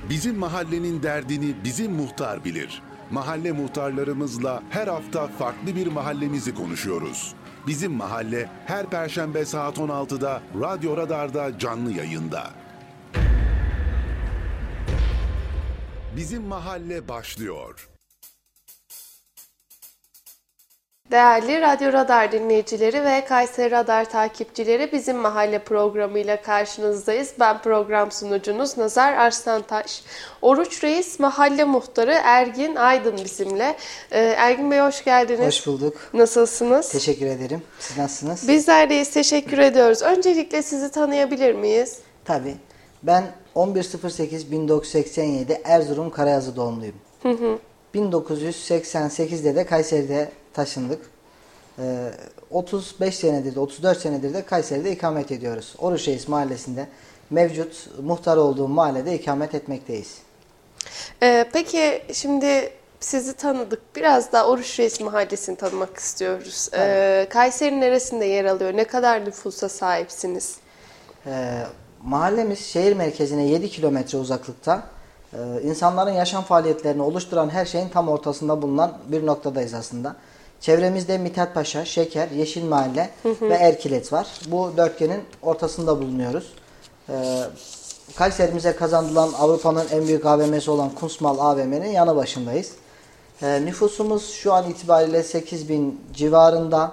Bizim mahallenin derdini bizim muhtar bilir. Mahalle muhtarlarımızla her hafta farklı bir mahallemizi konuşuyoruz. Bizim mahalle her Perşembe saat 16'da Radyo Radar'da canlı yayında. Bizim mahalle başlıyor. Değerli Radyo Radar dinleyicileri ve Kayseri Radar takipçileri, Bizim Mahalle programıyla karşınızdayız. Ben program sunucunuz Nazar Arslantaş. Oruç Reis Mahalle Muhtarı Ergin Aydın bizimle. Ergin Bey hoş geldiniz. Hoş bulduk. Nasılsınız? Teşekkür ederim. Siz nasılsınız? Bizler deyiz, teşekkür ediyoruz. Öncelikle sizi tanıyabilir miyiz? Tabii. Ben 11.08.1987 Erzurum Karayazı doğumluyum. 1988'de de Kayseri'de taşındık. 35 senedir de 34 senedir de Kayseri'de ikamet ediyoruz. Oruç Reis Mahallesi'nde mevcut muhtar olduğum mahallede ikamet etmekteyiz. Peki şimdi sizi tanıdık. Biraz da Oruç Reis Mahallesi'ni tanımak istiyoruz. Kayseri'nin neresinde yer alıyor? Ne kadar nüfusa sahipsiniz? Mahallemiz şehir merkezine 7 kilometre uzaklıkta. İnsanların yaşam faaliyetlerini oluşturan her şeyin tam ortasında bulunan bir noktadayız aslında. Çevremizde Mithat Paşa, Şeker, Yeşil Mahalle ve Erkilet var. Bu dörtgenin ortasında bulunuyoruz. Kayserimize kazanılan Avrupa'nın en büyük AVM'si olan Kunstmal AVM'nin yanı başındayız. Nüfusumuz şu an itibariyle 8.000 civarında.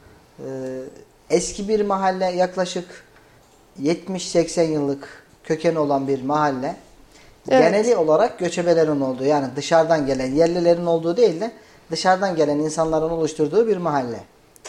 Eski bir mahalle, yaklaşık 70-80 yıllık kökeni olan bir mahalle. Evet. Geneli olarak göçebelerin olduğu, yani dışarıdan gelen yerlilerin olduğu değil de dışarıdan gelen insanların oluşturduğu bir mahalle.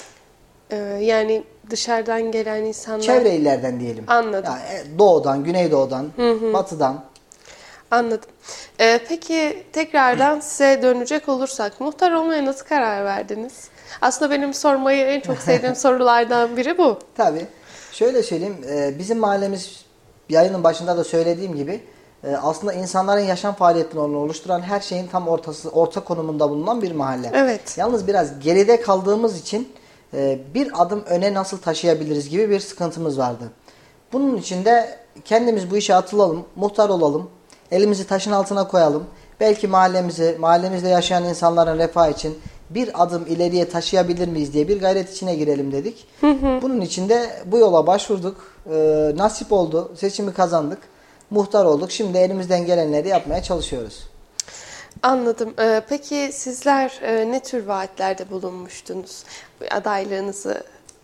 Yani dışarıdan gelen insanlar... Çevre illerden diyelim. Anladım. Yani doğudan, güneydoğudan, batıdan. Anladım. Peki tekrardan size dönecek olursak, muhtar olmaya nasıl karar verdiniz? Aslında benim sormayı en çok sevdiğim sorulardan biri bu. Tabii. Şöyle söyleyeyim, bizim mahallemiz yayının başında da söylediğim gibi aslında insanların yaşam faaliyetlerini oluşturan her şeyin tam orta konumunda bulunan bir mahalle. Evet. Yalnız biraz geride kaldığımız için bir adım öne nasıl taşıyabiliriz gibi bir sıkıntımız vardı. Bunun için de kendimiz bu işe atılalım, muhtar olalım, elimizi taşın altına koyalım. Belki mahallemizde yaşayan insanların refahı için bir adım ileriye taşıyabilir miyiz diye bir gayret içine girelim dedik. Bunun için de bu yola başvurduk. Nasip oldu, seçimi kazandık. Muhtar olduk. Şimdi elimizden gelenleri yapmaya çalışıyoruz. Anladım. Peki sizler ne tür vaatlerde bulunmuştunuz adaylığınızı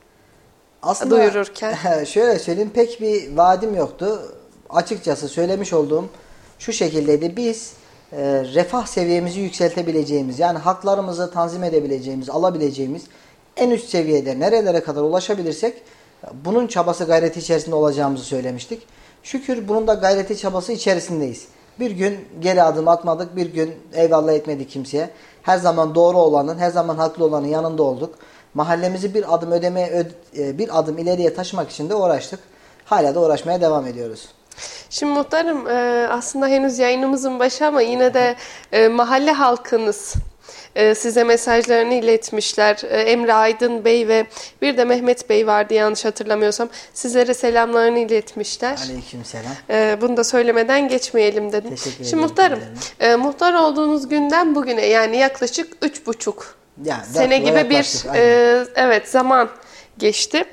duyururken? Şöyle söyleyeyim, pek bir vaadim yoktu. Açıkçası söylemiş olduğum şu şekildeydi. Biz refah seviyemizi yükseltebileceğimiz, yani haklarımızı tanzim edebileceğimiz, alabileceğimiz en üst seviyede nerelere kadar ulaşabilirsek bunun çabası gayreti içerisinde olacağımızı söylemiştik. Şükür bunun da gayreti çabası içerisindeyiz. Bir gün geri adım atmadık, bir gün eyvallah etmedik kimseye. Her zaman doğru olanın, her zaman haklı olanın yanında olduk. Mahallemizi bir adım ileriye taşımak için de uğraştık. Hala da uğraşmaya devam ediyoruz. Şimdi muhtarım, aslında henüz yayınımızın başı ama yine de mahalle halkınız size mesajlarını iletmişler. Emre Aydın Bey ve bir de Mehmet Bey vardı yanlış hatırlamıyorsam. Sizlere selamlarını iletmişler. Aleykümselam. Bunu da söylemeden geçmeyelim dedim. Teşekkür ederim. Şimdi muhtarım, muhtar olduğunuz günden bugüne, yani yaklaşık 3,5 sene gibi bir evet zaman geçti.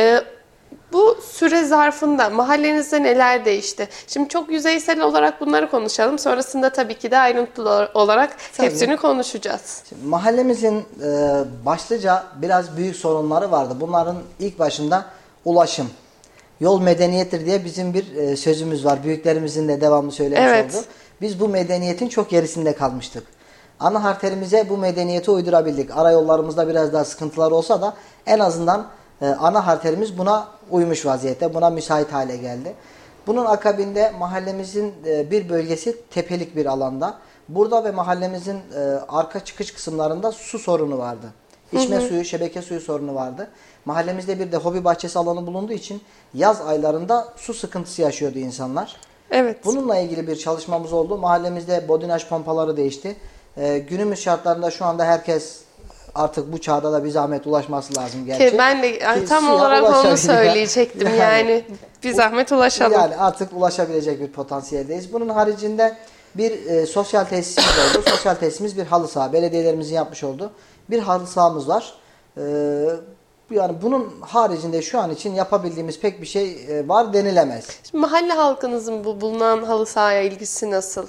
Bu süre zarfında mahallenizde neler değişti? Şimdi çok yüzeysel olarak bunları konuşalım. Sonrasında tabii ki de ayrıntılı olarak hepsini konuşacağız. Şimdi mahallemizin başlıca biraz büyük sorunları vardı. Bunların ilk başında ulaşım. Yol medeniyettir diye bizim bir sözümüz var. Büyüklerimizin de devamlı söylemiş olduğu. Biz bu medeniyetin çok gerisinde kalmıştık. Ana arterimize bu medeniyeti uydurabildik. Arayollarımızda biraz daha sıkıntılar olsa da en azından ana arterimiz buna uymuş vaziyette. Buna müsait hale geldi. Bunun akabinde mahallemizin bir bölgesi tepelik bir alanda. Burada ve mahallemizin arka çıkış kısımlarında su sorunu vardı. İçme suyu, şebeke suyu sorunu vardı. Mahallemizde bir de hobi bahçesi alanı bulunduğu için yaz aylarında su sıkıntısı yaşıyordu insanlar. Evet. Bununla ilgili bir çalışmamız oldu. Mahallemizde bodinaj pompaları değişti. Günümüz şartlarında şu anda herkes Artık bu çağda da bir zahmet ulaşması lazım gerçi. Ki ben de tam olarak onu söyleyecektim yani bir zahmet ulaşalım. Yani artık ulaşabilecek bir potansiyeldeyiz. Bunun haricinde bir sosyal tesisimiz oldu. Sosyal tesisimiz bir halı saha. Belediyelerimizin yapmış olduğu bir halı sahamız var. Yani bunun haricinde şu an için yapabildiğimiz pek bir şey var denilemez. Şimdi mahalle halkınızın bu bulunan halı sahaya ilgisi nasıl?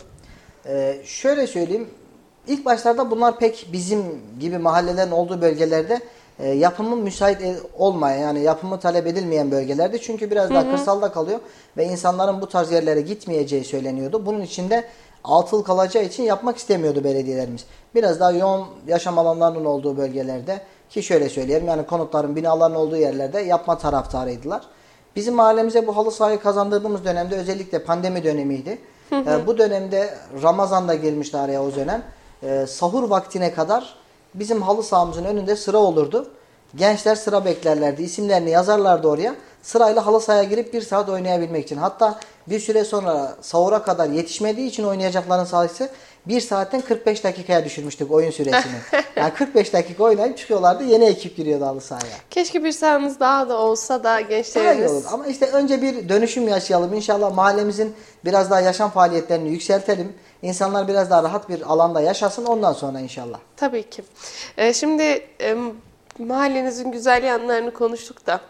Şöyle söyleyeyim. İlk başlarda bunlar pek bizim gibi mahallelerin olduğu bölgelerde yapımı müsait olmayan, yani yapımı talep edilmeyen bölgelerde, çünkü biraz daha kırsalda kalıyor ve insanların bu tarz yerlere gitmeyeceği söyleniyordu. Bunun için de atıl kalacağı için yapmak istemiyordu belediyelerimiz. Biraz daha yoğun yaşam alanlarının olduğu bölgelerde, ki şöyle söyleyelim, yani konutların, binaların olduğu yerlerde yapma taraftarıydılar. Bizim mahallemize bu halı sahayı kazandırdığımız dönemde özellikle pandemi dönemiydi. Bu dönemde Ramazan'da girmişti araya o dönem. Sahur vaktine kadar bizim halı sahamızın önünde sıra olurdu. Gençler sıra beklerlerdi. İsimlerini yazarlardı oraya. Sırayla halı sahaya girip 1 saat oynayabilmek için. Hatta bir süre sonra sahura kadar yetişmediği için oynayacakların sayısı 1 saatten 45 dakikaya düşürmüştük oyun süresini. Yani 45 dakika oynayıp çıkıyorlardı. Yeni ekip giriyordu halı sahaya. Keşke bir sahanız daha da olsa da gençlerimiz... olur. Ama işte önce bir dönüşüm yaşayalım. İnşallah mahallemizin biraz daha yaşam faaliyetlerini yükseltelim. İnsanlar biraz daha rahat bir alanda yaşasın. Ondan sonra inşallah. Tabii ki. Şimdi mahallenizin güzel yanlarını konuştuk da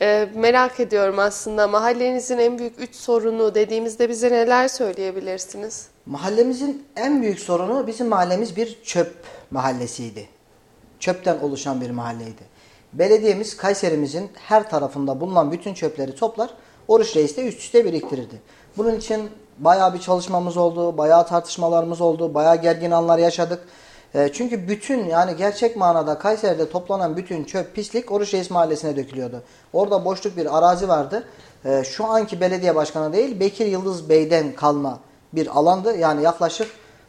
merak ediyorum aslında. Mahallenizin en büyük 3 sorunu dediğimizde bize neler söyleyebilirsiniz? Mahallemizin en büyük sorunu, bizim mahallemiz bir çöp mahallesiydi. Çöpten oluşan bir mahalleydi. Belediyemiz Kayserimizin her tarafında bulunan bütün çöpleri toplar, Oruç Reis'te üst üste biriktirirdi. Bunun için bayağı bir çalışmamız oldu, bayağı tartışmalarımız oldu, bayağı gergin anlar yaşadık. Çünkü bütün, yani gerçek manada Kayseri'de toplanan bütün çöp, pislik Oruç Reis Mahallesi'ne dökülüyordu. Orada boşluk bir arazi vardı. Şu anki belediye başkanı değil, Bekir Yıldız Bey'den kalma bir alandı. Yani yaklaşık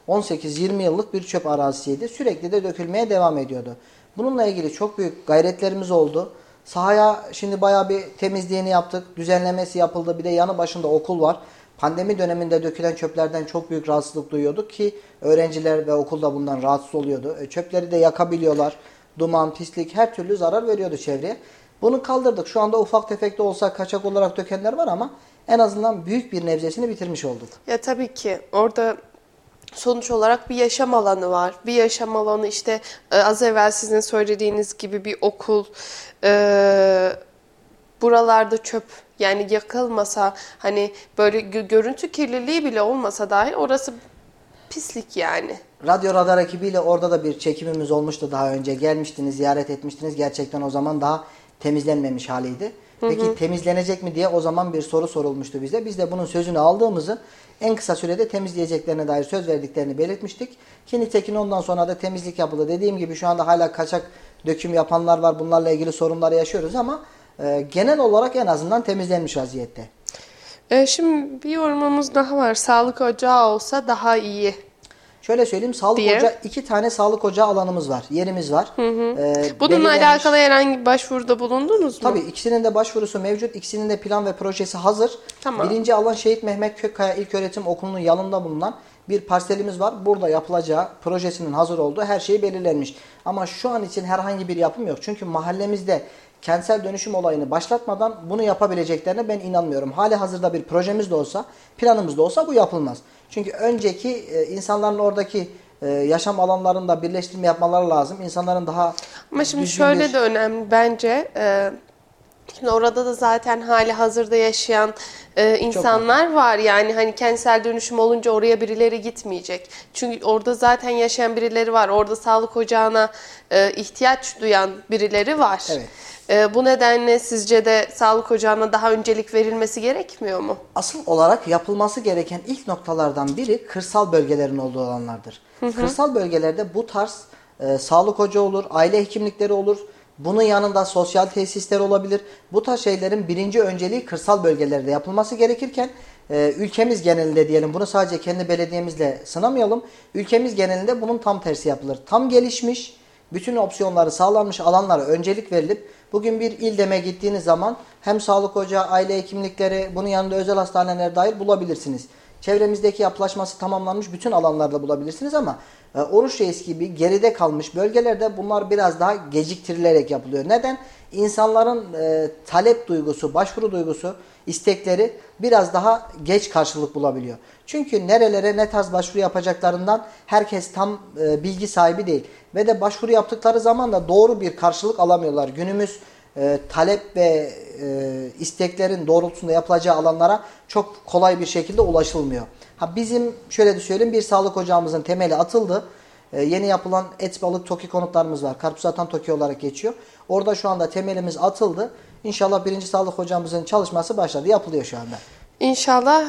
18-20 yıllık bir çöp arazisiydi. Sürekli de dökülmeye devam ediyordu. Bununla ilgili çok büyük gayretlerimiz oldu. Sahaya şimdi bayağı bir temizliğini yaptık. Düzenlemesi yapıldı. Bir de yanı başında okul var. Pandemi döneminde dökülen çöplerden çok büyük rahatsızlık duyuyorduk ki öğrenciler ve okulda bundan rahatsız oluyordu. Çöpleri de yakabiliyorlar. Duman, pislik, her türlü zarar veriyordu çevreye. Bunu kaldırdık. Şu anda ufak tefek de olsa kaçak olarak dökenler var ama en azından büyük bir nebzesini bitirmiş olduk. Ya tabii ki orada sonuç olarak bir yaşam alanı var. Bir yaşam alanı işte az evvel sizin söylediğiniz gibi bir okul, buralarda çöp, yani yakılmasa, hani böyle görüntü kirliliği bile olmasa dahi orası pislik yani. Radyo Radar ekibiyle orada da bir çekimimiz olmuştu daha önce. Gelmiştiniz, ziyaret etmiştiniz. Gerçekten o zaman daha temizlenmemiş haliydi. Peki temizlenecek mi diye o zaman bir soru sorulmuştu bize. Biz de bunun sözünü aldığımızı, en kısa sürede temizleyeceklerine dair söz verdiklerini belirtmiştik. Ki nitekim ondan sonra da temizlik yapıldı. Dediğim gibi şu anda hala kaçak döküm yapanlar var. Bunlarla ilgili sorunları yaşıyoruz ama genel olarak en azından temizlenmiş vaziyette. Şimdi bir yorumumuz daha var. Sağlık ocağı olsa daha iyi. Şöyle söyleyeyim, sağlık ocağı, 2 tane sağlık ocağı alanımız var, yerimiz var. Bununla alakalı herhangi bir başvuruda bulundunuz mu? Tabii, ikisinin de başvurusu mevcut, ikisinin de plan ve projesi hazır. Tamam. Birinci alan Şehit Mehmet Kökkaya İlköğretim Okulu'nun yanında bulunan bir parselimiz var. Burada yapılacağı, projesinin hazır olduğu her şey belirlenmiş. Ama şu an için herhangi bir yapım yok. Çünkü mahallemizde kentsel dönüşüm olayını başlatmadan bunu yapabileceklerine ben inanmıyorum. Hali hazırda bir projemiz de olsa, planımız da olsa bu yapılmaz. Çünkü önceki insanların oradaki yaşam alanlarında birleştirme yapmaları lazım. İnsanların daha... Ama şimdi şöyle de önemli bence. Şimdi orada da zaten hali hazırda yaşayan insanlar var. Yani hani kentsel dönüşüm olunca oraya birileri gitmeyecek. Çünkü orada zaten yaşayan birileri var. Orada sağlık ocağına ihtiyaç duyan birileri var. Evet. Bu nedenle sizce de sağlık ocağına daha öncelik verilmesi gerekmiyor mu? Asıl olarak yapılması gereken ilk noktalardan biri kırsal bölgelerin olduğu alanlardır. Kırsal bölgelerde bu tarz sağlık ocağı olur, aile hekimlikleri olur. Bunun yanında sosyal tesisler olabilir. Bu tarz şeylerin birinci önceliği kırsal bölgelerde yapılması gerekirken ülkemiz genelinde diyelim, bunu sadece kendi belediyemizle sınamayalım. Ülkemiz genelinde bunun tam tersi yapılır. Tam gelişmiş, bütün opsiyonları sağlanmış alanlara öncelik verilip bugün bir ildeme gittiğiniz zaman hem sağlık ocağı, aile hekimlikleri, bunun yanında özel hastaneler dair bulabilirsiniz. Çevremizdeki yapılaşması tamamlanmış bütün alanlarda bulabilirsiniz ama Oruç Reis gibi geride kalmış bölgelerde bunlar biraz daha geciktirilerek yapılıyor. Neden? İnsanların talep duygusu, başvuru duygusu, istekleri biraz daha geç karşılık bulabiliyor. Çünkü nerelere ne tarz başvuru yapacaklarından herkes tam bilgi sahibi değil. Ve de başvuru yaptıkları zaman da doğru bir karşılık alamıyorlar. Günümüz talep ve isteklerin doğrultusunda yapılacağı alanlara çok kolay bir şekilde ulaşılmıyor. Bizim şöyle de söyleyeyim, bir sağlık ocağımızın temeli atıldı. Yeni yapılan et, balık, toki konutlarımız var. Karpuz atan toki olarak geçiyor. Orada şu anda temelimiz atıldı. İnşallah birinci sağlık ocağımızın çalışması başladı. Yapılıyor şu anda. İnşallah.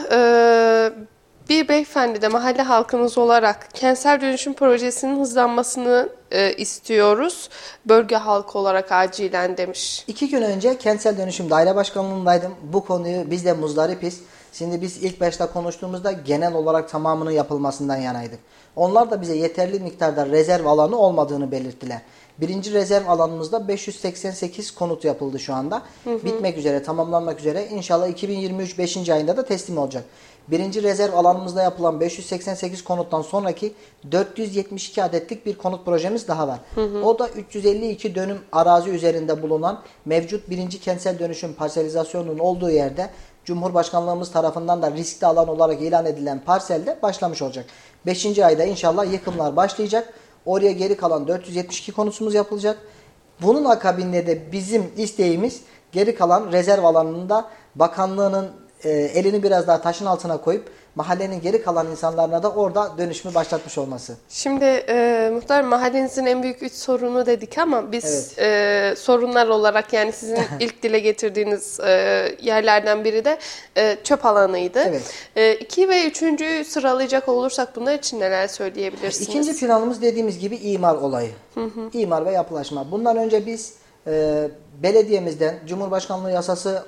Bir beyefendi de mahalle halkımız olarak kentsel dönüşüm projesinin hızlanmasını istiyoruz. Bölge halkı olarak acilen demiş. 2 gün önce kentsel dönüşüm daire başkanlığındaydım. Bu konuyu biz de muzdaripiz. Şimdi biz ilk başta konuştuğumuzda genel olarak tamamının yapılmasından yanaydık. Onlar da bize yeterli miktarda rezerv alanı olmadığını belirttiler. Birinci rezerv alanımızda 588 konut yapıldı şu anda. Bitmek üzere, tamamlanmak üzere. İnşallah 2023 5. ayında da teslim olacak. Birinci rezerv alanımızda yapılan 588 konuttan sonraki 472 adetlik bir konut projemiz daha var. O da 352 dönüm arazi üzerinde bulunan mevcut birinci kentsel dönüşüm parselizasyonunun olduğu yerde Cumhurbaşkanlığımız tarafından da riskli alan olarak ilan edilen parselde başlamış olacak. 5. ayda inşallah yıkımlar başlayacak. Oraya geri kalan 472 konutumuz yapılacak. Bunun akabinde de bizim isteğimiz geri kalan rezerv alanında bakanlığının elini biraz daha taşın altına koyup mahallenin geri kalan insanlarına da orada dönüşümü başlatmış olması. Şimdi muhtarım, mahallenizin en büyük 3 sorunu dedik ama biz sorunlar olarak, yani sizin ilk dile getirdiğiniz yerlerden biri de çöp alanıydı. Evet. 2 ve 3.'ü sıralayacak olursak bunlar için neler söyleyebilirsiniz? İkinci planımız dediğimiz gibi imar olayı. İmar ve yapılaşma. Bundan önce biz belediyemizden Cumhurbaşkanlığı yasası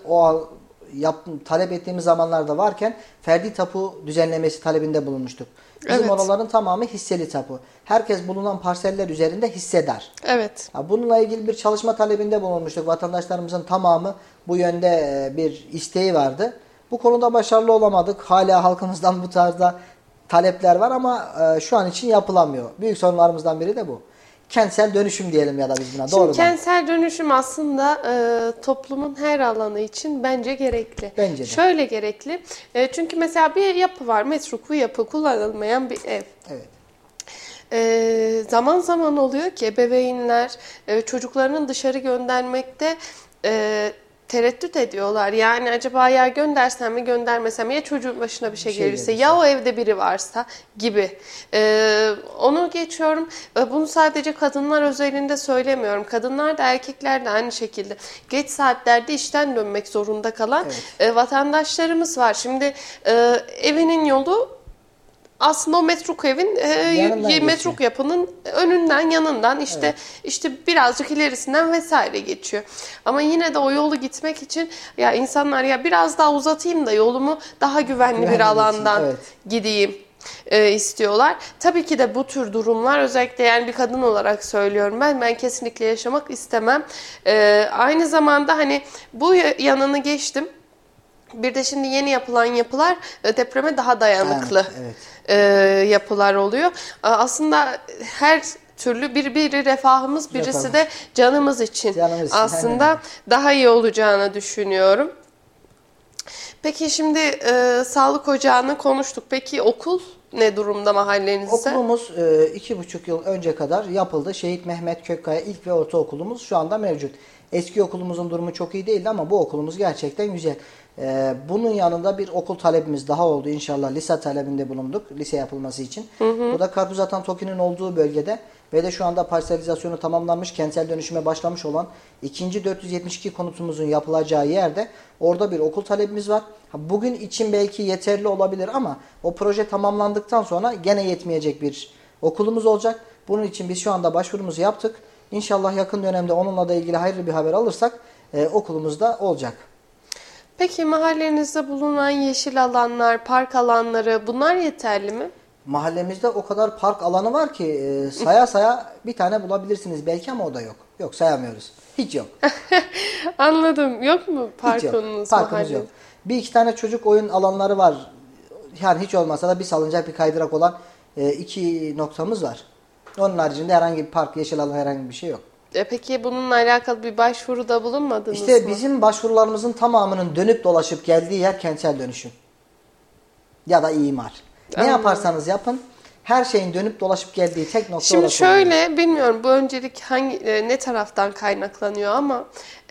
talep ettiğimiz zamanlarda varken ferdi tapu düzenlemesi talebinde bulunmuştuk. Bizim oraların tamamı hisseli tapu. Herkes bulunan parseller üzerinde hissedar. Evet. Bununla ilgili bir çalışma talebinde bulunmuştuk. Vatandaşlarımızın tamamı bu yönde bir isteği vardı. Bu konuda başarılı olamadık. Hala halkımızdan bu tarzda talepler var ama şu an için yapılamıyor. Büyük sorunlarımızdan biri de bu. Kentsel dönüşüm diyelim ya da biz buna. Doğru mu? Kentsel dönüşüm aslında toplumun her alanı için bence gerekli. Bence de. Şöyle gerekli. Çünkü mesela bir yapı var. Metruk yapı, kullanılmayan bir ev. Evet. Zaman zaman oluyor ki ebeveynler çocuklarının dışarı göndermekte tereddüt ediyorlar. Yani acaba ya göndersem mi göndermesem mi, ya çocuğun başına bir şey gelirse, ya o evde biri varsa gibi. Onu geçiyorum. Bunu sadece kadınlar özelinde söylemiyorum. Kadınlar da erkekler de aynı şekilde. Geç saatlerde işten dönmek zorunda kalan vatandaşlarımız var. Şimdi evinin yolu aslında o metruk evin, metruk yapının önünden, yanından, işte birazcık ilerisinden vesaire geçiyor. Ama yine de o yolu gitmek için ya insanlar ya biraz daha uzatayım da yolumu daha güvenli bir alandan gideyim istiyorlar. Tabii ki de bu tür durumlar, özellikle yani bir kadın olarak söylüyorum, ben kesinlikle yaşamak istemem. Aynı zamanda hani bu yanını geçtim. Bir de şimdi yeni yapılan yapılar depreme daha dayanıklı yapılar oluyor. Aslında her türlü biri refahımız, birisi de canımız için aslında daha iyi olacağını düşünüyorum. Peki şimdi sağlık ocağını konuştuk. Peki okul ne durumda mahallenizde? Okulumuz 2,5 yıl önce kadar yapıldı. Şehit Mehmet Kökkaya İlk ve Ortaokulumuz şu anda mevcut. Eski okulumuzun durumu çok iyi değildi ama bu okulumuz gerçekten güzel. Bunun yanında bir okul talebimiz daha oldu. İnşallah lise talebinde bulunduk. Lise yapılması için. Bu da Karpuz Atan Toki'nin olduğu bölgede ve de şu anda parselizasyonu tamamlanmış, kentsel dönüşüme başlamış olan ikinci 472 konutumuzun yapılacağı yerde orada bir okul talebimiz var. Bugün için belki yeterli olabilir ama o proje tamamlandıktan sonra gene yetmeyecek bir okulumuz olacak. Bunun için biz şu anda başvurumuzu yaptık. İnşallah yakın dönemde onunla da ilgili hayırlı bir haber alırsak okulumuzda olacak. Peki mahallenizde bulunan yeşil alanlar, park alanları, bunlar yeterli mi? Mahallemizde o kadar park alanı var ki saya saya bir tane bulabilirsiniz belki ama o da yok. Yok, sayamıyoruz. Hiç yok. Anladım. Yok mu parkınız? Parkımız yok. Bir iki tane çocuk oyun alanları var. Yani hiç olmasa da bir salıncak bir kaydırak olan 2 noktamız var. Onun haricinde herhangi bir park, yeşil alan herhangi bir şey yok. Peki bununla alakalı bir başvuruda bulunmadınız mı? İşte bizim başvurularımızın tamamının dönüp dolaşıp geldiği yer kentsel dönüşüm. Ya da imar. Ne yaparsanız yapın, her şeyin dönüp dolaşıp geldiği tek nokta Şimdi orası şöyle, oluyor. bilmiyorum bu öncelik ne taraftan kaynaklanıyor ama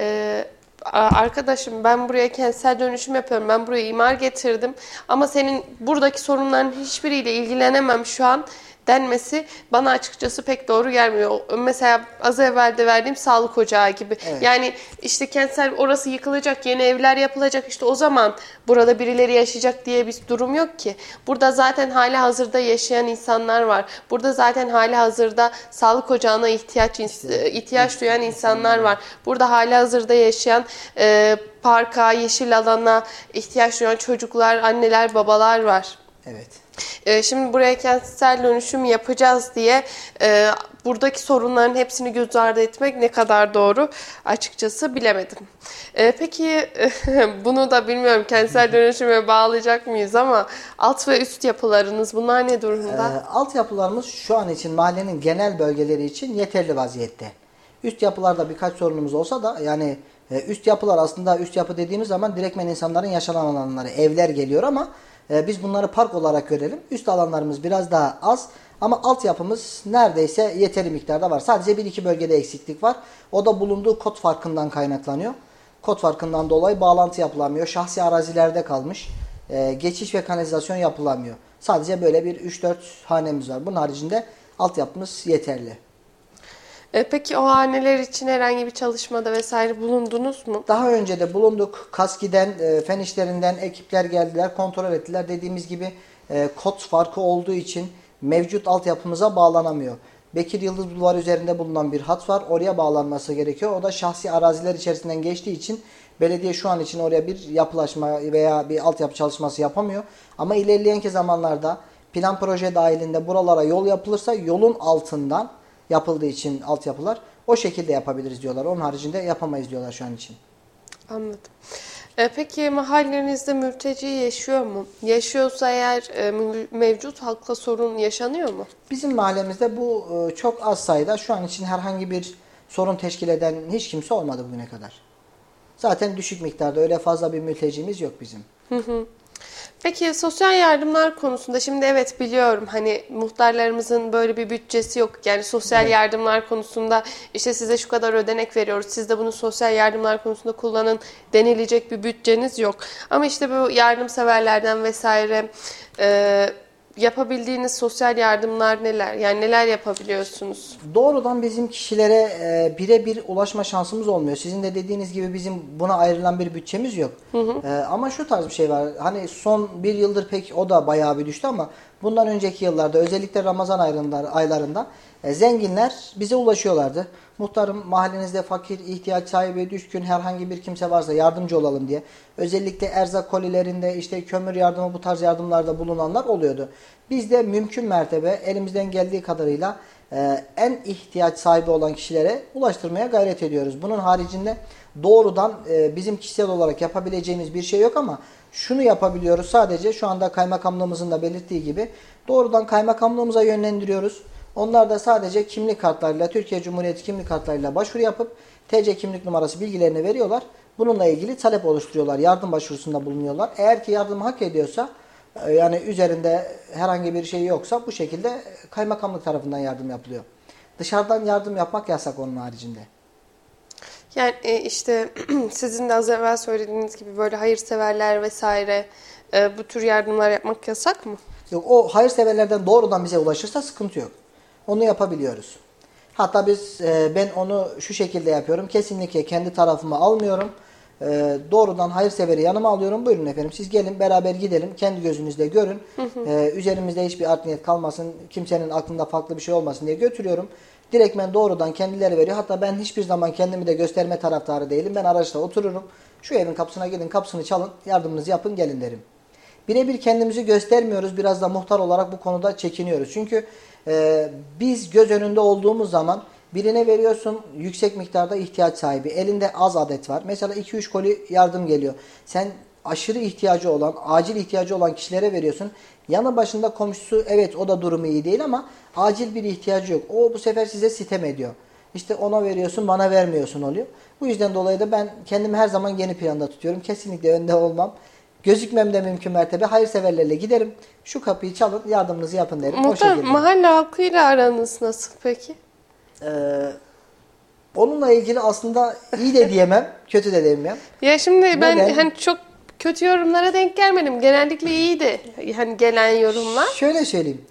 arkadaşım ben buraya kentsel dönüşüm yapıyorum, ben buraya imar getirdim ama senin buradaki sorunların hiçbiriyle ilgilenemem şu an denmesi bana açıkçası pek doğru gelmiyor. Mesela az evvel de verdiğim sağlık ocağı gibi. Evet. Yani işte kentsel orası yıkılacak, yeni evler yapılacak, işte o zaman burada birileri yaşayacak diye bir durum yok ki. Burada zaten hali hazırda yaşayan insanlar var. Burada zaten hali hazırda sağlık ocağına ihtiyaç duyan insanlar var. Burada hali hazırda yaşayan parka, yeşil alana ihtiyaç duyan çocuklar, anneler, babalar var. Evet. Şimdi buraya kentsel dönüşüm yapacağız diye buradaki sorunların hepsini göz ardı etmek ne kadar doğru açıkçası bilemedim. Peki bunu da bilmiyorum kentsel dönüşüme bağlayacak mıyız ama alt ve üst yapılarınız bunlar ne durumda? Alt yapılarımız şu an için mahallenin genel bölgeleri için yeterli vaziyette. Üst yapılarda birkaç sorunumuz olsa da yani üst yapılar aslında üst yapı dediğimiz zaman direktmen insanların yaşanan alanları, evler geliyor ama biz bunları park olarak görelim. Üst alanlarımız biraz daha az ama altyapımız neredeyse yeteri miktarda var. Sadece 1-2 bölgede eksiklik var. O da bulunduğu kod farkından kaynaklanıyor. Kod farkından dolayı bağlantı yapılamıyor. Şahsi arazilerde kalmış. Geçiş ve kanalizasyon yapılamıyor. Sadece böyle bir 3-4 hanemiz var. Bunun haricinde altyapımız yeterli. Peki o haneler için herhangi bir çalışmada vesaire bulundunuz mu? Daha önce de bulunduk. KASKİ'den, fen işlerinden ekipler geldiler, kontrol ettiler. Dediğimiz gibi kod farkı olduğu için mevcut altyapımıza bağlanamıyor. Bekir Yıldız Bulvarı üzerinde bulunan bir hat var. Oraya bağlanması gerekiyor. O da şahsi araziler içerisinden geçtiği için belediye şu an için oraya bir yapılaşma veya bir altyapı çalışması yapamıyor. Ama ilerleyen zamanlarda plan proje dahilinde buralara yol yapılırsa yolun altından yapıldığı için altyapılar o şekilde yapabiliriz diyorlar. Onun haricinde yapamayız diyorlar şu an için. Anladım. Peki mahallenizde mülteci yaşıyor mu? Yaşıyorsa eğer mevcut halkla sorun yaşanıyor mu? Bizim mahallemizde bu çok az sayıda. Şu an için herhangi bir sorun teşkil eden hiç kimse olmadı bugüne kadar. Zaten düşük miktarda öyle fazla bir mültecimiz yok bizim. Peki sosyal yardımlar konusunda şimdi evet biliyorum hani muhtarlarımızın böyle bir bütçesi yok. Yani sosyal yardımlar konusunda işte size şu kadar ödenek veriyoruz. Siz de bunu sosyal yardımlar konusunda kullanın denilecek bir bütçeniz yok. Ama işte bu yardımseverlerden vesaire yapabildiğiniz sosyal yardımlar neler? Yani neler yapabiliyorsunuz? Doğrudan bizim kişilere birebir ulaşma şansımız olmuyor. Sizin de dediğiniz gibi bizim buna ayrılan bir bütçemiz yok. Ama şu tarz bir şey var. Hani son bir yıldır pek o da bayağı bir düştü ama bundan önceki yıllarda özellikle Ramazan aylarında zenginler bize ulaşıyorlardı. Muhtarım mahallenizde fakir, ihtiyaç sahibi, düşkün herhangi bir kimse varsa yardımcı olalım diye. Özellikle erzak kolilerinde işte kömür yardımı bu tarz yardımlarda bulunanlar oluyordu. Biz de mümkün mertebe elimizden geldiği kadarıyla en ihtiyaç sahibi olan kişilere ulaştırmaya gayret ediyoruz. Bunun haricinde doğrudan bizim kişisel olarak yapabileceğimiz bir şey yok ama şunu yapabiliyoruz sadece şu anda kaymakamlığımızın da belirttiği gibi doğrudan kaymakamlığımıza yönlendiriyoruz. Onlar da sadece kimlik kartlarıyla, Türkiye Cumhuriyeti kimlik kartlarıyla başvuru yapıp TC kimlik numarası bilgilerini veriyorlar. Bununla ilgili talep oluşturuyorlar. Yardım başvurusunda bulunuyorlar. Eğer ki yardım hak ediyorsa yani üzerinde herhangi bir şey yoksa bu şekilde kaymakamlık tarafından yardım yapılıyor. Dışarıdan yardım yapmak yasak onun haricinde. Yani işte sizin de az evvel söylediğiniz gibi böyle hayırseverler vesaire bu tür yardımlar yapmak yasak mı? Yok, o hayırseverlerden doğrudan bize ulaşırsa sıkıntı yok. Onu yapabiliyoruz. Hatta ben onu şu şekilde yapıyorum. Kesinlikle kendi tarafıma almıyorum. Doğrudan hayırseveri yanıma alıyorum. Buyurun efendim siz gelin beraber gidelim. Kendi gözünüzle görün. Üzerimizde hiçbir art niyet kalmasın. Kimsenin aklında farklı bir şey olmasın diye götürüyorum. Direktmen doğrudan kendileri veriyor. Hatta ben hiçbir zaman kendimi de gösterme taraftarı değilim. Ben araçta otururum. Şu evin kapısına gidin, kapısını çalın, yardımınızı yapın gelin derim. Birebir kendimizi göstermiyoruz. Biraz da muhtar olarak bu konuda çekiniyoruz. Çünkü biz göz önünde olduğumuz zaman birine veriyorsun yüksek miktarda ihtiyaç sahibi. Elinde az adet var. Mesela 2-3 koli yardım geliyor. Sen aşırı ihtiyacı olan, acil ihtiyacı olan kişilere veriyorsun. Yanı başında komşusu evet o da durumu iyi değil ama acil bir ihtiyacı yok. O bu sefer size sitem ediyor. İşte ona veriyorsun, bana vermiyorsun oluyor. Bu yüzden dolayı da ben kendimi her zaman geri planda tutuyorum. Kesinlikle önde olmam. Gözükmem de mümkün mertebe. Hayırseverlerle giderim. Şu kapıyı çalın, yardımınızı yapın derim. Muhtar, mahalle halkıyla aranız nasıl peki? Onunla ilgili aslında iyi de diyemem, kötü de diyemem. Ya şimdi ben hani çok kötü yorumlara denk gelmedim. Genellikle iyiydi hani gelen yorumlar. Şöyle söyleyeyim.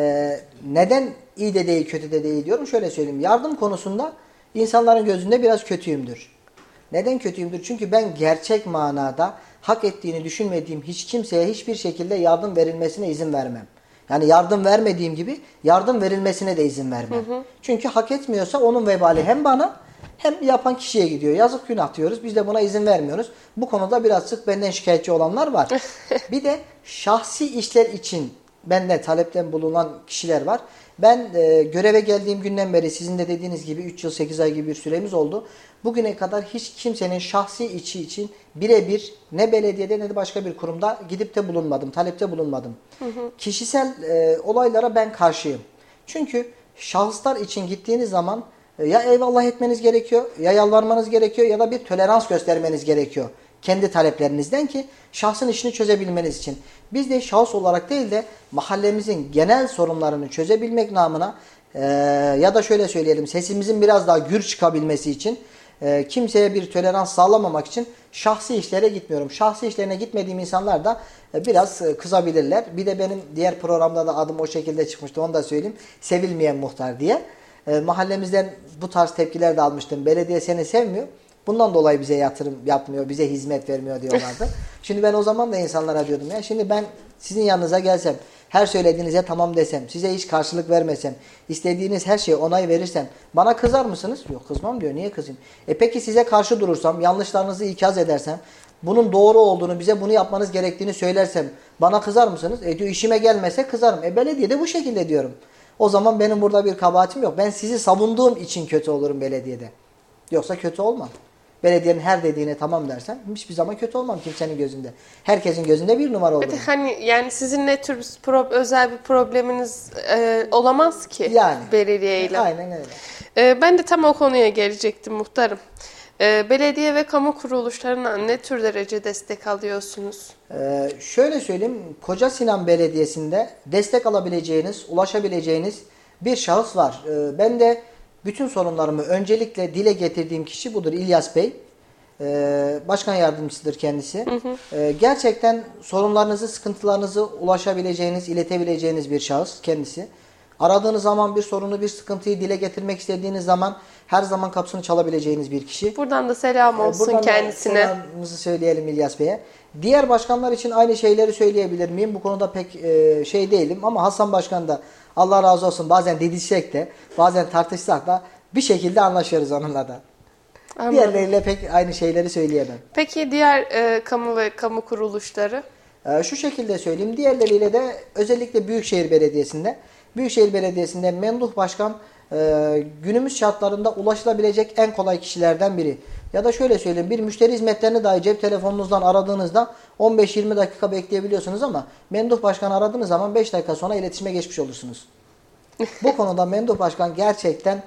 Neden iyi de değil, kötü de değil diyorum. Şöyle söyleyeyim. Yardım konusunda insanların gözünde biraz kötüyümdür. Neden kötüyümdür? Çünkü ben gerçek manada hak ettiğini düşünmediğim hiç kimseye hiçbir şekilde yardım verilmesine izin vermem. Yani yardım vermediğim gibi yardım verilmesine de izin vermem. Çünkü hak etmiyorsa onun vebali hem bana hem yapan kişiye gidiyor. Yazık günah diyoruz. Biz de buna izin vermiyoruz. Bu konuda biraz sık benden şikayetçi olanlar var. Bir de şahsi işler için benden talepten bulunan kişiler var. Ben göreve geldiğim günden beri sizin de dediğiniz gibi 3 yıl 8 ay gibi bir süremiz oldu. Bugüne kadar hiç kimsenin şahsi içi için birebir ne belediyede ne de başka bir kurumda gidip de bulunmadım, talepte bulunmadım. Kişisel olaylara ben karşıyım. Çünkü şahıslar için gittiğiniz zaman ya eyvallah etmeniz gerekiyor, ya yalvarmanız gerekiyor ya da bir tolerans göstermeniz gerekiyor. Kendi taleplerinizden ki şahsın işini çözebilmeniz için. Biz de şahıs olarak değil de mahallemizin genel sorunlarını çözebilmek namına ya da şöyle söyleyelim sesimizin biraz daha gür çıkabilmesi için kimseye bir tolerans sağlamamak için şahsi işlere gitmiyorum. Şahsi işlerine gitmediğim insanlar da biraz kızabilirler. Bir de benim diğer programda da adım o şekilde çıkmıştı, onu da söyleyeyim. Sevilmeyen muhtar diye. Mahallemizden bu tarz tepkiler de almıştım. Belediye seni sevmiyor. Bundan dolayı bize yatırım yapmıyor, bize hizmet vermiyor diyorlardı. Şimdi ben o zaman da insanlara diyordum ya şimdi ben sizin yanınıza gelsem, her söylediğinize tamam desem, size hiç karşılık vermesem, istediğiniz her şeye onay verirsem bana kızar mısınız? Yok kızmam diyor. Niye kızayım? Peki size karşı durursam, yanlışlarınızı ikaz edersem, bunun doğru olduğunu, bize bunu yapmanız gerektiğini söylersem bana kızar mısınız? Diyor işime gelmese kızarım. Belediye de bu şekilde diyorum. O zaman benim burada bir kabahatim yok. Ben sizi savunduğum için kötü olurum belediyede. Yoksa kötü olmam. Belediyenin her dediğine tamam dersem hiçbir zaman kötü olmam kimsenin gözünde. Herkesin gözünde bir numara olurum. Hani yani sizin ne tür özel bir probleminiz olamaz ki yani, belediyeyle. Aynen öyle. Ben de tam o konuya gelecektim muhtarım. Belediye ve kamu kuruluşlarına ne tür derece destek alıyorsunuz? Şöyle söyleyeyim. Koca Sinan Belediyesi'nde destek alabileceğiniz, ulaşabileceğiniz bir şahıs var. Ben de bütün sorunlarımı öncelikle dile getirdiğim kişi budur. İlyas Bey. Başkan yardımcısıdır kendisi. Gerçekten sorunlarınızı, sıkıntılarınızı ulaşabileceğiniz, iletebileceğiniz bir şahıs kendisi. Aradığınız zaman bir sorunu, bir sıkıntıyı dile getirmek istediğiniz zaman her zaman kapısını çalabileceğiniz bir kişi. Buradan da selam olsun buradan kendisine. Selamımızı söyleyelim İlyas Bey'e. Diğer başkanlar için aynı şeyleri söyleyebilir miyim? Bu konuda pek şey değilim ama Hasan Başkan da Allah razı olsun bazen didişsek de bazen tartışsak da bir şekilde anlaşıyoruz onunla da. Anladım. Diğerleriyle pek aynı şeyleri söyleyemem. Peki diğer kamu ve kamu kuruluşları? Şu şekilde söyleyeyim. Diğerleriyle de özellikle Büyükşehir Belediyesi'nde Memduh Başkan günümüz şartlarında ulaşılabilecek en kolay kişilerden biri. Ya da şöyle söyleyeyim, bir müşteri hizmetlerini dahi cep telefonunuzdan aradığınızda 15-20 dakika bekleyebiliyorsunuz ama Memduh Başkan aradığınız zaman 5 dakika sonra iletişime geçmiş olursunuz. Bu konuda Memduh Başkan gerçekten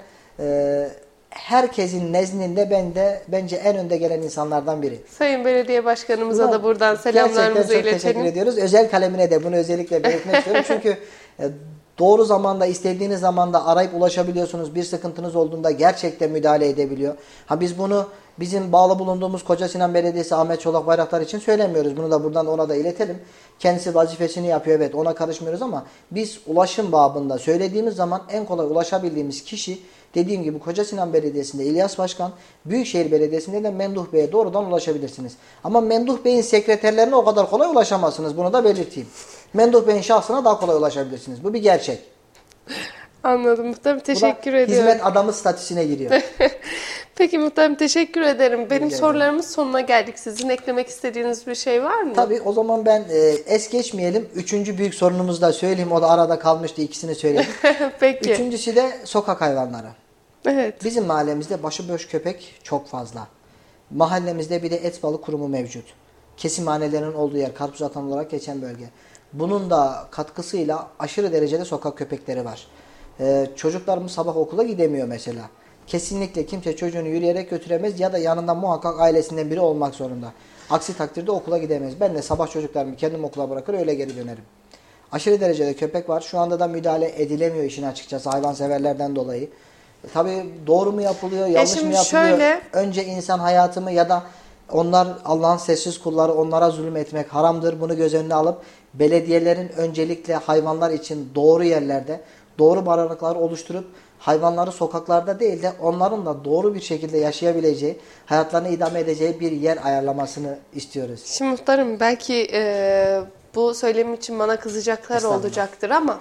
herkesin nezdinde bence en önde gelen insanlardan biri. Sayın Belediye Başkanımıza da buradan selamlarımızı iletelim. Gerçekten çok teşekkür ediyoruz. Özel kalemine de bunu özellikle belirtmek istiyorum. Çünkü doğru zamanda, istediğiniz zamanda arayıp ulaşabiliyorsunuz. Bir sıkıntınız olduğunda gerçekten müdahale edebiliyor. Biz bunu bizim bağlı bulunduğumuz Koca Sinan Belediyesi Ahmet Çolak Bayraktar için söylemiyoruz. Bunu da buradan ona da iletelim. Kendisi vazifesini yapıyor, evet, ona karışmıyoruz ama biz ulaşım babında söylediğimiz zaman en kolay ulaşabildiğimiz kişi dediğim gibi Koca Sinan Belediyesi'nde İlyas Başkan, Büyükşehir Belediyesi'nde de Memduh Bey'e doğrudan ulaşabilirsiniz. Ama Memduh Bey'in sekreterlerine o kadar kolay ulaşamazsınız. Bunu da belirteyim. Memduh Bey'in şahsına daha kolay ulaşabilirsiniz. Bu bir gerçek. Anladım muhtarım. Teşekkür ediyorum. Hizmet adamı statüsüne giriyor. Peki muhtarım, teşekkür ederim. Benim sorularımız sonuna geldik. Sizin eklemek istediğiniz bir şey var mı? Tabii, o zaman ben es geçmeyelim. Üçüncü büyük sorunumuzu da söyleyeyim. O da arada kalmıştı. İkisini söyledim. Peki. Üçüncüsü de sokak hayvanları. Evet. Bizim mahallemizde başıboş köpek çok fazla. Mahallemizde bir de et balık kurumu mevcut. kesimhanelerin olduğu yer, karpuz atan olarak geçen bölge. Bunun da katkısıyla aşırı derecede sokak köpekleri var. Çocuklarımız sabah okula gidemiyor mesela. Kesinlikle kimse çocuğunu yürüyerek götüremez ya da yanında muhakkak ailesinden biri olmak zorunda. Aksi takdirde okula gidemez. Ben de sabah çocuklarımı kendim okula bırakır öyle geri dönerim. Aşırı derecede köpek var. Şu anda da müdahale edilemiyor işin açıkçası hayvanseverlerden dolayı. Tabii doğru mu yapılıyor, yanlış mı yapılıyor? Önce insan hayatı mı ya da onlar Allah'ın sessiz kulları, onlara zulüm etmek haramdır. Bunu göz önüne alıp belediyelerin öncelikle hayvanlar için doğru yerlerde, doğru barınaklar oluşturup hayvanları sokaklarda değil de onların da doğru bir şekilde yaşayabileceği, hayatlarını idame edeceği bir yer ayarlamasını istiyoruz. Şimdi muhtarım belki bu söylemim için bana kızacaklar olacaktır ama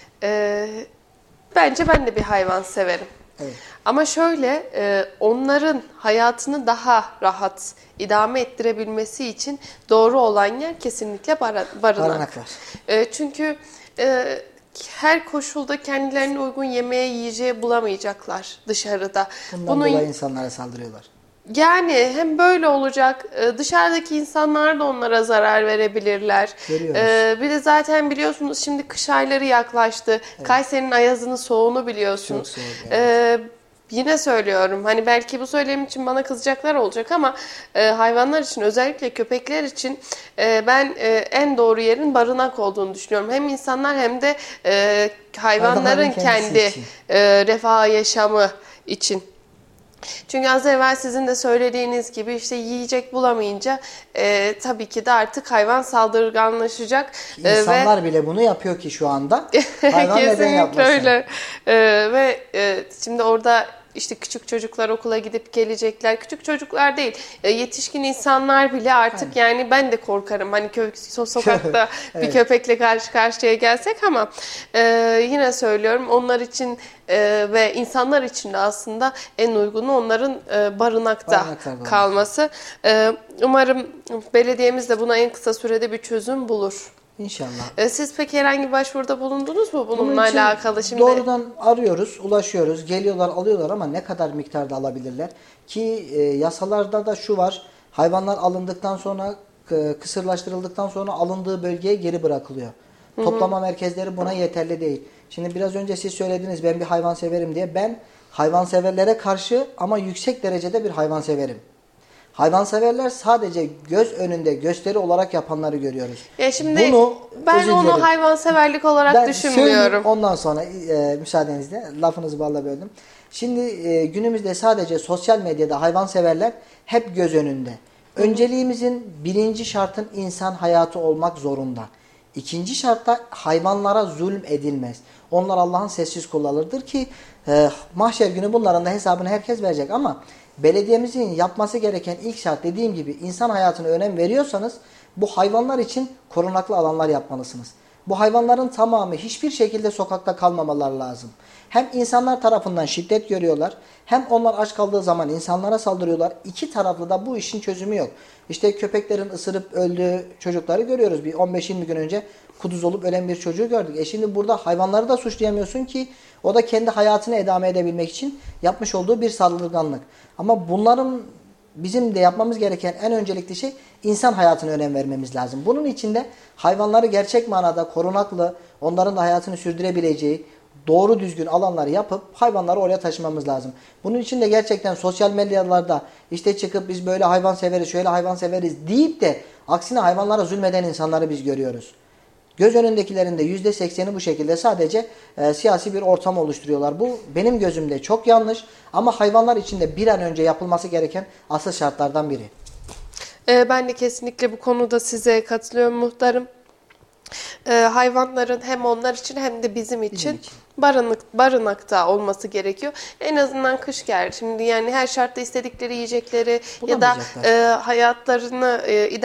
bence ben de bir hayvan severim. Evet. Ama şöyle onların hayatını daha rahat idame ettirebilmesi için doğru olan yer kesinlikle barınak. Çünkü her koşulda kendilerine uygun yemeğe, yiyeceği bulamayacaklar dışarıda. Bundan dolayı insanlara saldırıyorlar. Yani hem böyle olacak, dışarıdaki insanlar da onlara zarar verebilirler. Bir de zaten biliyorsunuz şimdi kış ayları yaklaştı. Evet. Kayseri'nin ayazını, soğuğunu biliyorsunuz. Çok soğuk, evet. Yine söylüyorum hani belki bu söylemim için bana kızacaklar olacak ama hayvanlar için özellikle köpekler için ben en doğru yerin barınak olduğunu düşünüyorum. Hem insanlar hem de hayvanların kendi refah yaşamı için. Çünkü az evvel sizin de söylediğiniz gibi işte yiyecek bulamayınca tabii ki de artık hayvan saldırganlaşacak. İnsanlar bile bunu yapıyor ki şu anda. Hayvan neden yapmasın? Öyle. Ve şimdi orada işte küçük çocuklar okula gidip gelecekler. Küçük çocuklar değil, yetişkin insanlar bile artık yani ben de korkarım. Hani sokakta bir köpekle karşı karşıya gelsek ama yine söylüyorum onlar için ve insanlar için de aslında en uygunu onların barınakta kalması. Umarım belediyemiz de buna en kısa sürede bir çözüm bulur. İnşallah. Siz peki herhangi bir başvuruda bulundunuz mu bununla alakalı? Şimdi doğrudan arıyoruz, ulaşıyoruz, geliyorlar, alıyorlar ama ne kadar miktarda alabilirler? Ki yasalarda da şu var, hayvanlar alındıktan sonra, kısırlaştırıldıktan sonra alındığı bölgeye geri bırakılıyor. Hı-hı. Toplama merkezleri buna yeterli değil. Şimdi biraz önce siz söylediniz ben bir hayvan severim diye. Ben hayvanseverlere karşı ama yüksek derecede bir hayvanseverim. Hayvanseverler sadece göz önünde gösteri olarak yapanları görüyoruz. Şimdi ben onu hayvanseverlik olarak düşünmüyorum. Ondan sonra müsaadenizle lafınızı balla böldüm. Şimdi günümüzde sadece sosyal medyada hayvanseverler hep göz önünde. Önceliğimizin birinci şartın insan hayatı olmak zorunda. İkinci şartta hayvanlara zulüm edilmez. Onlar Allah'ın sessiz kullarıdır ki mahşer günü bunların da hesabını herkes verecek ama belediyemizin yapması gereken ilk şart dediğim gibi insan hayatına önem veriyorsanız bu hayvanlar için korunaklı alanlar yapmalısınız. Bu hayvanların tamamı hiçbir şekilde sokakta kalmamaları lazım. Hem insanlar tarafından şiddet görüyorlar hem onlar aç kaldığı zaman insanlara saldırıyorlar. İki taraflı da bu işin çözümü yok. İşte köpeklerin ısırıp öldüğü çocukları görüyoruz. Bir 15-20 gün önce kuduz olup ölen bir çocuğu gördük. Şimdi burada hayvanları da suçlayamıyorsun ki o da kendi hayatını idame edebilmek için yapmış olduğu bir saldırganlık. Ama bunların bizim de yapmamız gereken en öncelikli şey insan hayatına önem vermemiz lazım. Bunun için de hayvanları gerçek manada korunaklı, onların da hayatını sürdürebileceği doğru düzgün alanları yapıp hayvanları oraya taşımamız lazım. Bunun için de gerçekten sosyal medyalarda işte çıkıp biz böyle hayvan severiz, şöyle hayvan severiz deyip de aksine hayvanlara zulmeden insanları biz görüyoruz. Göz önündekilerin de %80'i bu şekilde sadece siyasi bir ortam oluşturuyorlar. Bu benim gözümde çok yanlış ama hayvanlar için de bir an önce yapılması gereken asıl şartlardan biri. Ben de kesinlikle bu konuda size katılıyorum muhtarım. Hayvanların hem onlar için hem de bizim için barınakta olması gerekiyor. En azından kış geldi. Şimdi yani her şartta istedikleri yiyecekleri ya da hayatlarını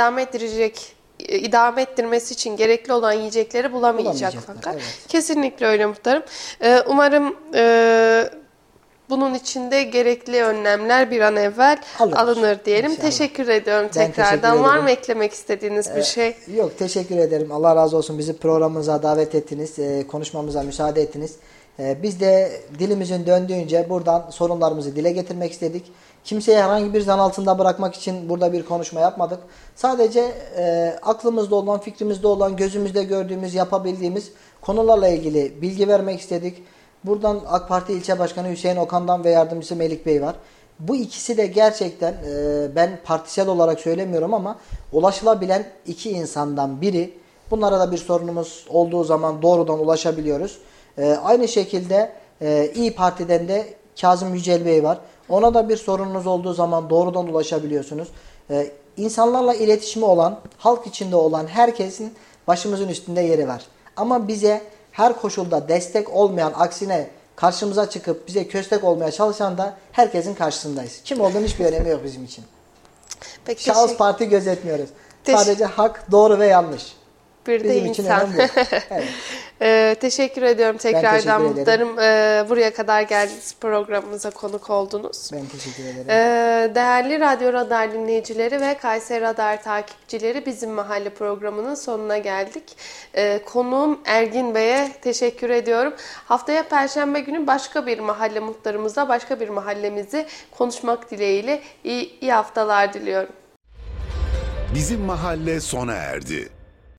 idame ettirmesi için gerekli olan yiyecekleri bulamayacaklar. Evet. Kesinlikle öyle muhtarım. Umarım bunun için de gerekli önlemler bir an evvel alınır diyelim. İnşallah. Teşekkür ediyorum tekrardan. Var mı eklemek istediğiniz bir şey? Yok, teşekkür ederim. Allah razı olsun, bizi programımıza davet ettiniz, konuşmamıza müsaade ettiniz. Biz de dilimizin döndüğünce buradan sorunlarımızı dile getirmek istedik. Kimseye herhangi bir zan altında bırakmak için burada bir konuşma yapmadık. Sadece aklımızda olan, fikrimizde olan, gözümüzde gördüğümüz, yapabildiğimiz konularla ilgili bilgi vermek istedik. Buradan AK Parti İlçe Başkanı Hüseyin Okan'dan ve yardımcısı Melik Bey var. Bu ikisi de gerçekten ben partisel olarak söylemiyorum ama ulaşılabilen iki insandan biri. Bunlara da bir sorunumuz olduğu zaman doğrudan ulaşabiliyoruz. Aynı şekilde İYİ Parti'den de Kazım Yücel Bey var. Ona da bir sorununuz olduğu zaman doğrudan ulaşabiliyorsunuz. İnsanlarla iletişimi olan, halk içinde olan herkesin başımızın üstünde yeri var. Ama bize her koşulda destek olmayan, aksine karşımıza çıkıp bize köstek olmaya çalışan da herkesin karşısındayız. Kim olduğunun hiçbir önemi yok bizim için. Peki, şahıs parti gözetmiyoruz. Sadece hak, doğru ve yanlış. Bir de insan. Evet. Teşekkür ediyorum tekrardan muhtarım. Buraya kadar geldiniz, programımıza konuk oldunuz. Ben teşekkür ederim. Değerli Radyo Radar dinleyicileri ve Kayseri Radar takipçileri, Bizim Mahalle programının sonuna geldik. Konuğum Ergin Bey'e teşekkür ediyorum. Haftaya Perşembe günü başka bir mahalle muhtarımızla başka bir mahallemizi konuşmak dileğiyle iyi haftalar diliyorum. Bizim Mahalle sona erdi.